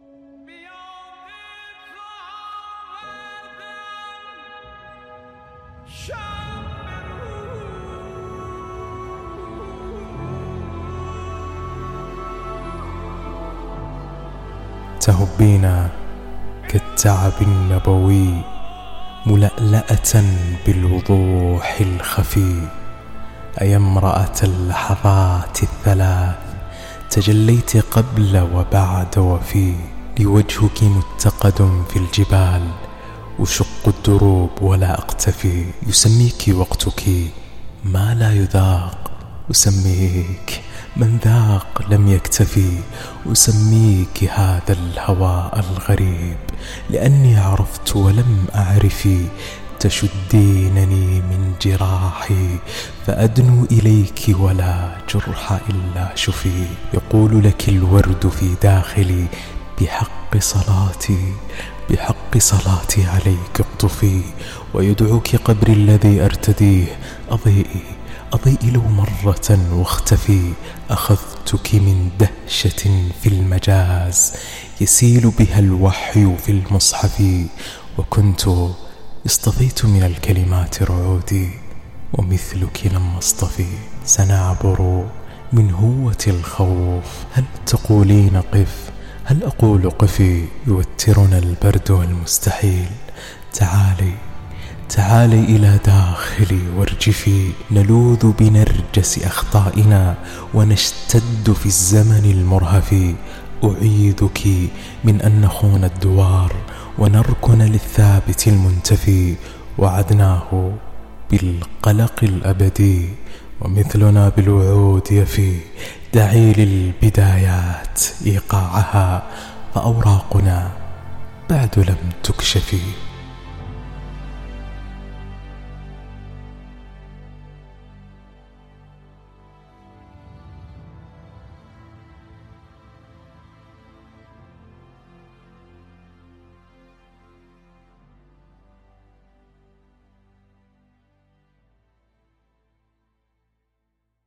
تهبين كالتعب النبوي ملألأة بالوضوح الخفي. أيا امرأة اللحظات الثلاث تجليت قبل وبعد وفي. لوجهك متقد في الجبال أشق الدروب ولا أقتفي. يسميك وقتك ما لا يذاق، أسميك من ذاق لم يكتفي. أسميك هذا الهواء الغريب لأني عرفت ولم أعرفي. تشدينني من جراحي فأدنو إليك ولا جرح إلا شفي. يقول لك الورد في داخلي بحق صلاتي، بحق صلاتي عليك اقطفي. ويدعوك قبري الذي أرتديه أضيئي، أضيئي لو مرة واختفي. أخذتك من دهشة في المجاز يسيل بها الوحي في المصحف. وكنت اصطفيت من الكلمات رعودي ومثلك لم اصطفي. سنعبر من هوة الخوف، هل تقولين قف؟ هل أقول قفي؟ يوترنا البرد والمستحيل. تعالي تعالي إلى داخلي وارجفي. نلوذ بنرجس أخطائنا ونشتد في الزمن المرهف. أعيذك من أن نخون الدوار ونركن للثابت المنتفي. وعدناه بالقلق الأبدي ومثلنا بالوعود يفي. دعي للبدايات إيقاعها فأوراقنا بعد لم تكشفي.